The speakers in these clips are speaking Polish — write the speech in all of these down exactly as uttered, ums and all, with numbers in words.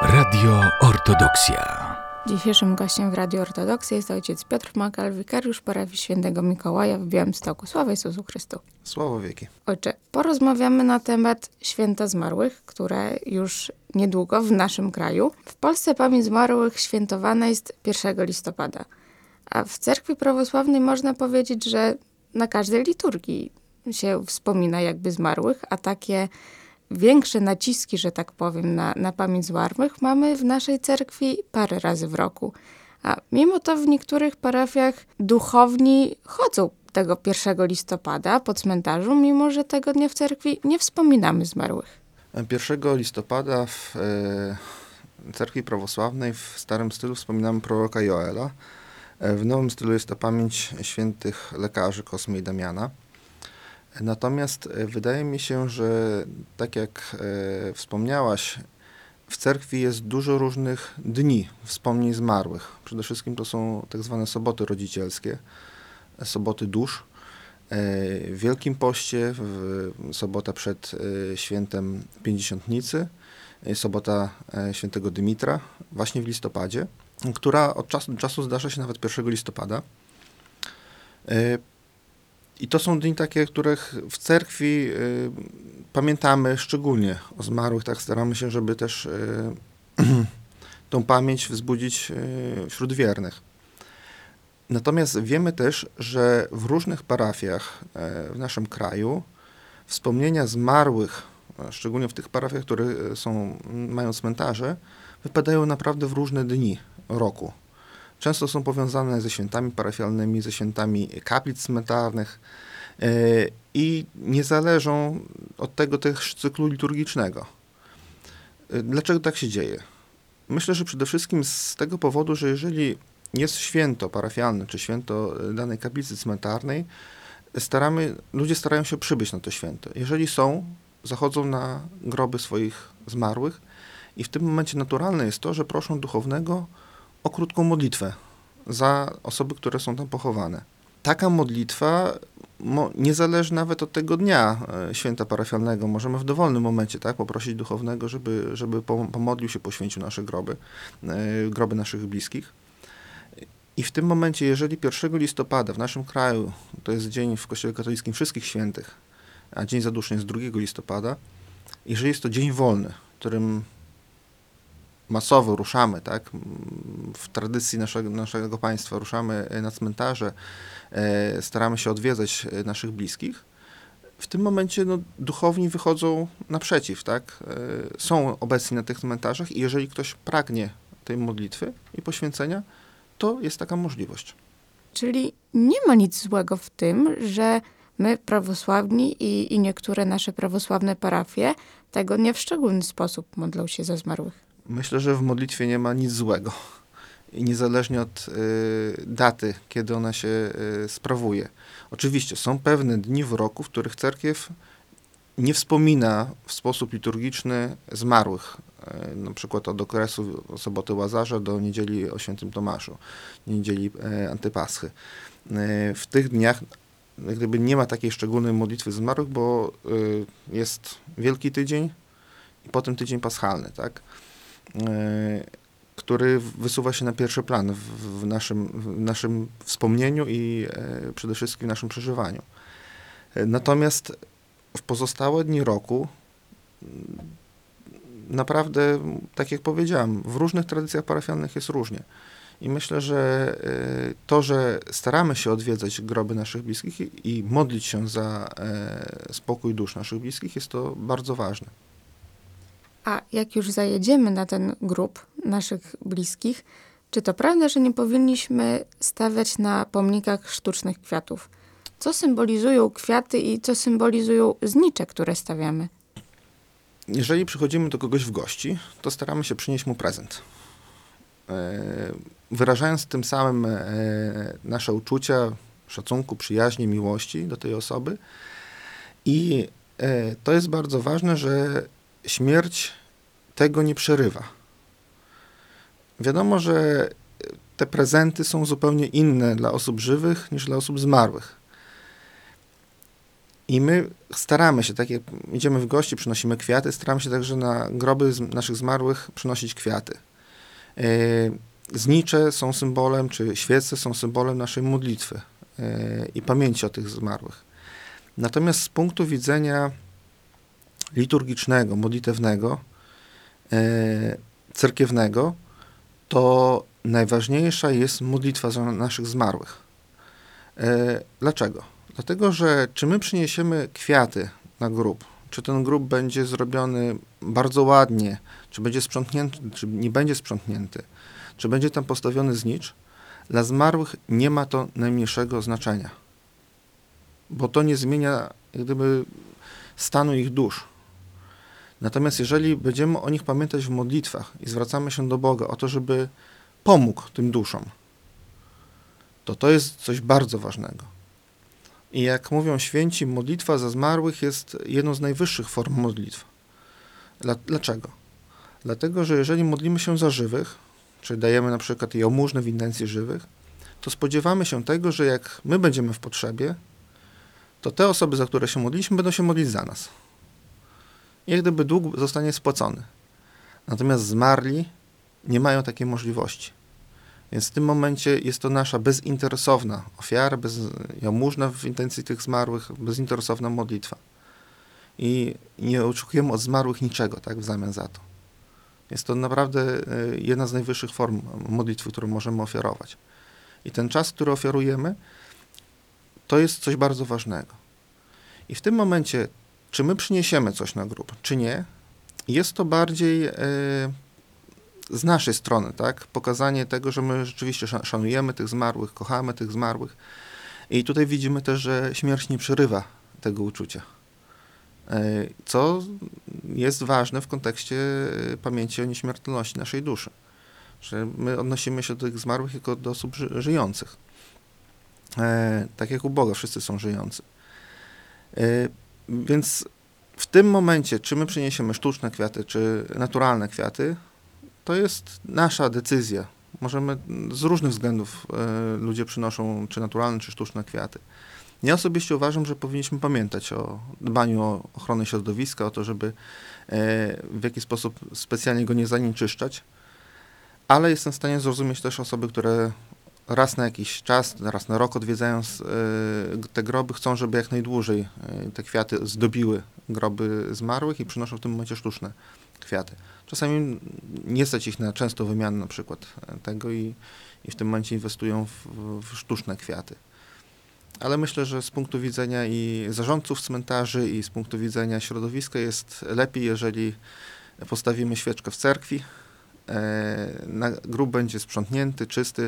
Radio Ortodoksja. Dzisiejszym gościem w Radio Ortodoksja jest ojciec Piotr Makal, wikariusz parafii Świętego Mikołaja w Białymstoku. Sława Jezusu Chrystu. Sława wieki. Ojcze, porozmawiamy na temat Święta Zmarłych, które już niedługo w naszym kraju. W Polsce pamięć zmarłych świętowana jest pierwszego listopada. A w cerkwi prawosławnej można powiedzieć, że na każdej liturgii się wspomina jakby zmarłych, a takie większe naciski, że tak powiem, na, na pamięć zmarłych mamy w naszej cerkwi parę razy w roku. A mimo to w niektórych parafiach duchowni chodzą tego pierwszego listopada po cmentarzu, mimo że tego dnia w cerkwi nie wspominamy zmarłych. pierwszego listopada w e, cerkwi prawosławnej w starym stylu wspominamy proroka Joela. E, w nowym stylu jest to pamięć świętych lekarzy Kosmy i Damiana. Natomiast wydaje mi się, że tak jak e, wspomniałaś, w cerkwi jest dużo różnych dni wspomnień zmarłych. Przede wszystkim to są tak zwane soboty rodzicielskie, soboty dusz. E, w Wielkim Poście, w, sobota przed e, świętem Pięćdziesiątnicy, e, sobota e, świętego Dymitra, właśnie w listopadzie, która od czasu do czasu zdarza się nawet pierwszego listopada. E, I to są dni takie, których w cerkwi y, pamiętamy szczególnie o zmarłych, tak staramy się, żeby też y, tą pamięć wzbudzić y, wśród wiernych. Natomiast wiemy też, że w różnych parafiach y, w naszym kraju wspomnienia zmarłych, szczególnie w tych parafiach, które są, mają cmentarze, wypadają naprawdę w różne dni roku. Często są powiązane ze świętami parafialnymi, ze świętami kaplic cmentarnych yy, i nie zależą od tego też cyklu liturgicznego. Yy, dlaczego tak się dzieje? Myślę, że przede wszystkim z tego powodu, że jeżeli jest święto parafialne, czy święto danej kaplicy cmentarnej, staramy, ludzie starają się przybyć na to święto. Jeżeli są, zachodzą na groby swoich zmarłych i w tym momencie naturalne jest to, że proszą duchownego o krótką modlitwę za osoby, które są tam pochowane. Taka modlitwa mo, nie zależy nawet od tego dnia e, święta parafialnego. Możemy w dowolnym momencie tak, poprosić duchownego, żeby, żeby pomodlił się, poświęcił nasze groby, e, groby naszych bliskich. I w tym momencie, jeżeli pierwszego listopada w naszym kraju, to jest dzień w Kościele katolickim wszystkich świętych, a dzień zaduszny jest drugiego listopada, jeżeli jest to dzień wolny, którym masowo ruszamy, tak, w tradycji naszego, naszego państwa ruszamy na cmentarze, e, staramy się odwiedzać naszych bliskich, w tym momencie no, duchowni wychodzą naprzeciw, tak, e, są obecni na tych cmentarzach i jeżeli ktoś pragnie tej modlitwy i poświęcenia, to jest taka możliwość. Czyli nie ma nic złego w tym, że my prawosławni i, i niektóre nasze prawosławne parafie tego dnia w szczególny sposób modlą się za zmarłych. Myślę, że w modlitwie nie ma nic złego i niezależnie od y, daty, kiedy ona się y, sprawuje. Oczywiście są pewne dni w roku, w których cerkiew nie wspomina w sposób liturgiczny zmarłych. Y, na przykład od okresu soboty Łazarza do niedzieli o świętym Tomaszu, niedzieli y, Antypaschy. Y, w tych dniach jak gdyby nie ma takiej szczególnej modlitwy zmarłych, bo y, jest Wielki Tydzień i potem Tydzień Paschalny, tak? Który wysuwa się na pierwszy plan w, w, naszym, w naszym wspomnieniu i e, przede wszystkim w naszym przeżywaniu. Natomiast w pozostałe dni roku naprawdę, tak jak powiedziałem, w różnych tradycjach parafialnych jest różnie. I myślę, że e, to, że staramy się odwiedzać groby naszych bliskich i, i modlić się za e, spokój dusz naszych bliskich, jest to bardzo ważne. A jak już zajedziemy na ten grób naszych bliskich, czy to prawda, że nie powinniśmy stawiać na pomnikach sztucznych kwiatów? Co symbolizują kwiaty i co symbolizują znicze, które stawiamy? Jeżeli przychodzimy do kogoś w gości, to staramy się przynieść mu prezent. Wyrażając tym samym nasze uczucia szacunku, przyjaźni, miłości do tej osoby. I to jest bardzo ważne, że śmierć tego nie przerywa. Wiadomo, że te prezenty są zupełnie inne dla osób żywych niż dla osób zmarłych. I my staramy się, tak jak idziemy w gości, przynosimy kwiaty, staramy się także na groby z naszych zmarłych przynosić kwiaty. Yy, Znicze są symbolem, czy świece są symbolem naszej modlitwy yy, i pamięci o tych zmarłych. Natomiast z punktu widzenia liturgicznego, modlitewnego, yy, cerkiewnego, to najważniejsza jest modlitwa za naszych zmarłych. Yy, dlaczego? Dlatego, że czy my przyniesiemy kwiaty na grób, czy ten grób będzie zrobiony bardzo ładnie, czy będzie sprzątnięty, czy nie będzie sprzątnięty, czy będzie tam postawiony znicz, dla zmarłych nie ma to najmniejszego znaczenia. Bo to nie zmienia jak gdyby stanu ich dusz. Natomiast jeżeli będziemy o nich pamiętać w modlitwach i zwracamy się do Boga o to, żeby pomógł tym duszom, to to jest coś bardzo ważnego. I jak mówią święci, modlitwa za zmarłych jest jedną z najwyższych form modlitw. Dlaczego? Dlatego, że jeżeli modlimy się za żywych, czy dajemy na przykład jałmużnę w intencji żywych, to spodziewamy się tego, że jak my będziemy w potrzebie, to te osoby, za które się modliliśmy, będą się modlić za nas. I jak gdyby dług zostanie spłacony. Natomiast zmarli nie mają takiej możliwości. Więc w tym momencie jest to nasza bezinteresowna ofiara, bez, jałmużna w intencji tych zmarłych, bezinteresowna modlitwa. I nie oczekujemy od zmarłych niczego, tak, w zamian za to. Jest to naprawdę jedna z najwyższych form modlitwy, którą możemy ofiarować. I ten czas, który ofiarujemy, to jest coś bardzo ważnego. I w tym momencie, czy my przyniesiemy coś na grób, czy nie, jest to bardziej yy, z naszej strony, tak? Pokazanie tego, że my rzeczywiście szanujemy tych zmarłych, kochamy tych zmarłych. I tutaj widzimy też, że śmierć nie przerywa tego uczucia. Yy, co jest ważne w kontekście pamięci o nieśmiertelności naszej duszy. Że my odnosimy się do tych zmarłych jako do osób ży- żyjących. E, tak jak u Boga, wszyscy są żyjący. E, więc w tym momencie, czy my przyniesiemy sztuczne kwiaty, czy naturalne kwiaty, to jest nasza decyzja. Możemy, z różnych względów e, ludzie przynoszą czy naturalne, czy sztuczne kwiaty. Ja osobiście uważam, że powinniśmy pamiętać o dbaniu o ochronę środowiska, o to, żeby e, w jakiś sposób specjalnie go nie zanieczyszczać, ale jestem w stanie zrozumieć też osoby, które raz na jakiś czas, raz na rok odwiedzając y, te groby, chcą, żeby jak najdłużej y, te kwiaty zdobiły groby zmarłych i przynoszą w tym momencie sztuczne kwiaty. Czasami nie stać ich na częstą wymianę na przykład tego i, i w tym momencie inwestują w, w sztuczne kwiaty. Ale myślę, że z punktu widzenia i zarządców cmentarzy, i z punktu widzenia środowiska jest lepiej, jeżeli postawimy świeczkę w cerkwi, e, na grób będzie sprzątnięty, czysty,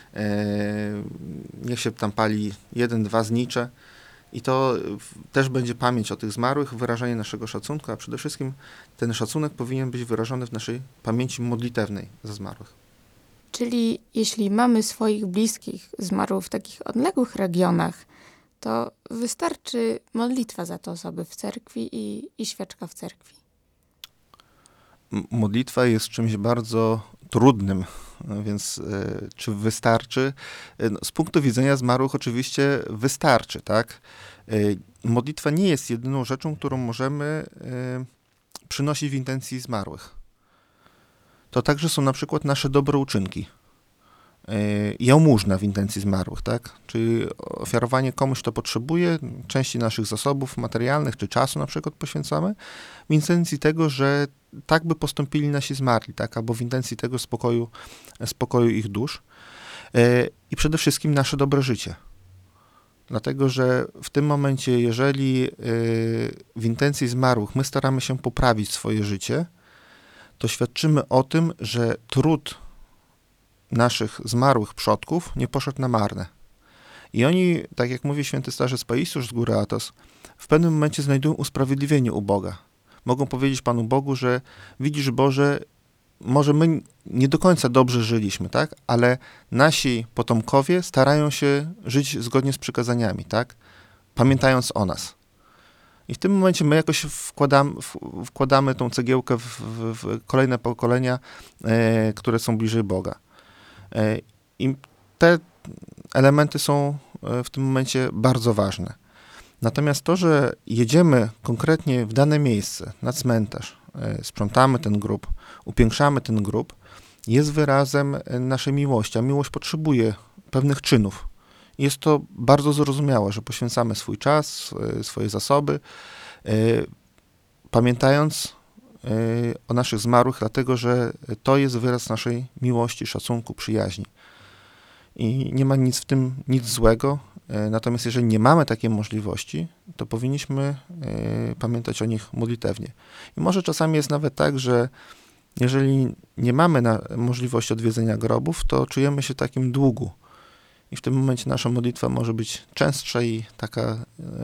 niech się tam pali jeden, dwa znicze i to też będzie pamięć o tych zmarłych, wyrażanie naszego szacunku, a przede wszystkim ten szacunek powinien być wyrażony w naszej pamięci modlitewnej za zmarłych. Czyli jeśli mamy swoich bliskich zmarłych w takich odległych regionach, to wystarczy modlitwa za te osoby w cerkwi i, i świeczka w cerkwi. M- modlitwa jest czymś bardzo trudnym, więc y, czy wystarczy? Y, no, z punktu widzenia zmarłych oczywiście wystarczy, tak? Y, modlitwa nie jest jedyną rzeczą, którą możemy y, przynosić w intencji zmarłych. To także są na przykład nasze dobre uczynki. Y, jałmużna w intencji zmarłych, tak? Czyli ofiarowanie komuś, kto potrzebuje, części naszych zasobów materialnych czy czasu na przykład poświęcamy w intencji tego, że tak by postąpili nasi zmarli, tak? Albo w intencji tego spokoju, spokoju ich dusz. Yy, I przede wszystkim nasze dobre życie. Dlatego, że w tym momencie, jeżeli yy, w intencji zmarłych my staramy się poprawić swoje życie, to świadczymy o tym, że trud naszych zmarłych przodków nie poszedł na marne. I oni, tak jak mówi święty starzec Paisiusz z góry Athos, w pewnym momencie znajdują usprawiedliwienie u Boga. Mogą powiedzieć Panu Bogu, że widzisz Boże, może my nie do końca dobrze żyliśmy, tak? Ale nasi potomkowie starają się żyć zgodnie z przykazaniami, tak? Pamiętając o nas. I w tym momencie my jakoś wkładamy, wkładamy tą cegiełkę w, w, w kolejne pokolenia, e, które są bliżej Boga. E, I te elementy są w tym momencie bardzo ważne. Natomiast to, że jedziemy konkretnie w dane miejsce, na cmentarz, sprzątamy ten grób, upiększamy ten grób, jest wyrazem naszej miłości, a miłość potrzebuje pewnych czynów. Jest to bardzo zrozumiałe, że poświęcamy swój czas, swoje zasoby, pamiętając o naszych zmarłych, dlatego że to jest wyraz naszej miłości, szacunku, przyjaźni. I nie ma nic w tym, nic złego. Natomiast jeżeli nie mamy takiej możliwości, to powinniśmy pamiętać o nich modlitewnie. I może czasami jest nawet tak, że jeżeli nie mamy na możliwości odwiedzenia grobów, to czujemy się w takim długu. I w tym momencie nasza modlitwa może być częstsza i taka e,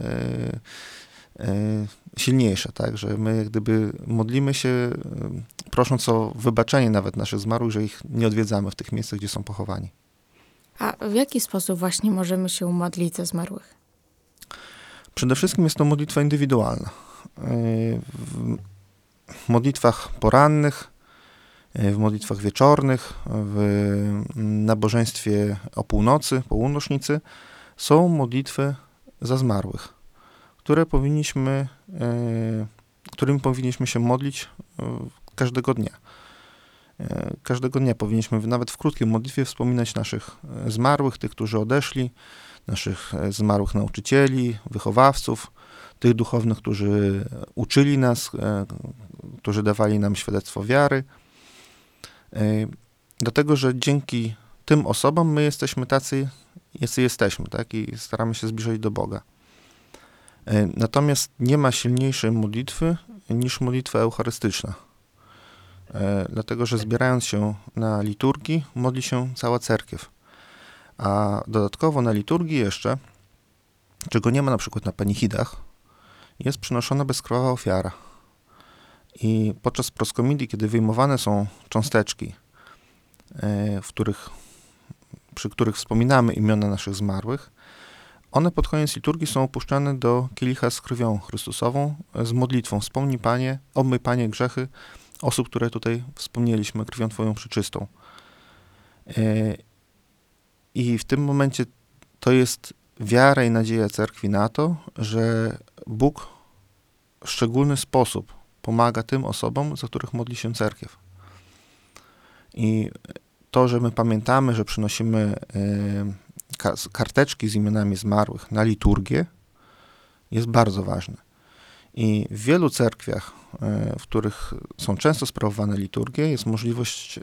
e, silniejsza, tak? Że my jak gdyby modlimy się, e, prosząc o wybaczenie nawet naszych zmarłych, że ich nie odwiedzamy w tych miejscach, gdzie są pochowani. A w jaki sposób właśnie możemy się modlić za zmarłych? Przede wszystkim jest to modlitwa indywidualna. W modlitwach porannych, w modlitwach wieczornych, w nabożeństwie o północy, po północznicy są modlitwy za zmarłych, które powinniśmy, którymi powinniśmy się modlić każdego dnia. Każdego dnia powinniśmy nawet w krótkiej modlitwie wspominać naszych zmarłych, tych, którzy odeszli, naszych zmarłych nauczycieli, wychowawców, tych duchownych, którzy uczyli nas, którzy dawali nam świadectwo wiary. Dlatego, że dzięki tym osobom my jesteśmy tacy, jacy jesteśmy, tak? I staramy się zbliżać do Boga. Natomiast nie ma silniejszej modlitwy niż modlitwa eucharystyczna. Dlatego, że zbierając się na liturgii, modli się cała cerkiew. A dodatkowo na liturgii jeszcze, czego nie ma na przykład na panichidach, jest przynoszona bezkrwawa ofiara. I podczas proskomidii, kiedy wyjmowane są cząsteczki, w których, przy których wspominamy imiona naszych zmarłych, one pod koniec liturgii są opuszczane do kielicha z krwią Chrystusową z modlitwą: wspomnij, Panie, obmyj, Panie, grzechy osób, które tutaj wspomnieliśmy, krwią Twoją przeczystą. I w tym momencie to jest wiara i nadzieja cerkwi na to, że Bóg w szczególny sposób pomaga tym osobom, za których modli się cerkiew. I to, że my pamiętamy, że przynosimy karteczki z imionami zmarłych na liturgię, jest bardzo ważne. I w wielu cerkwiach, w których są często sprawowane liturgie, jest możliwość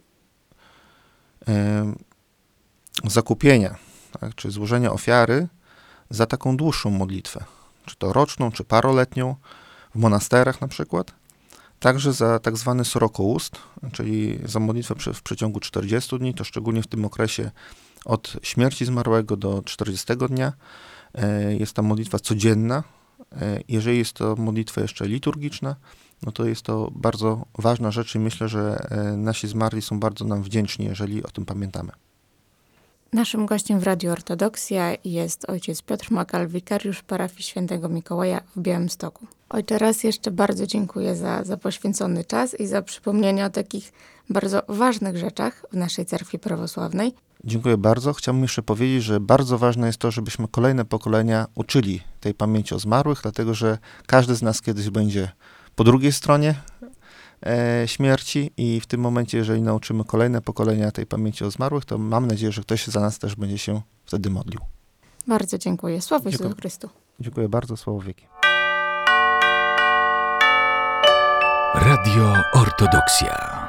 zakupienia, tak, czy złożenia ofiary za taką dłuższą modlitwę, czy to roczną, czy paroletnią, w monasterach na przykład. Także za tak zwany srokoust, czyli za modlitwę w przeciągu czterdziestu dni, to szczególnie w tym okresie od śmierci zmarłego do czterdziestego dnia jest ta modlitwa codzienna. Jeżeli jest to modlitwa jeszcze liturgiczna, no to jest to bardzo ważna rzecz i myślę, że nasi zmarli są bardzo nam wdzięczni, jeżeli o tym pamiętamy. Naszym gościem w Radiu Ortodoksja jest ojciec Piotr Makal, wikariusz parafii Świętego Mikołaja w Białymstoku. Ojcze, raz jeszcze bardzo dziękuję za, za poświęcony czas i za przypomnienie o takich bardzo ważnych rzeczach w naszej cerkwi prawosławnej. Dziękuję bardzo. Chciałbym jeszcze powiedzieć, że bardzo ważne jest to, żebyśmy kolejne pokolenia uczyli tej pamięci o zmarłych, dlatego że każdy z nas kiedyś będzie po drugiej stronie e, śmierci i w tym momencie, jeżeli nauczymy kolejne pokolenia tej pamięci o zmarłych, to mam nadzieję, że ktoś za nas też będzie się wtedy modlił. Bardzo dziękuję. Sława Jezusu Chrystu. Dziękuję bardzo. Sława wieki. Radio Ortodoksja.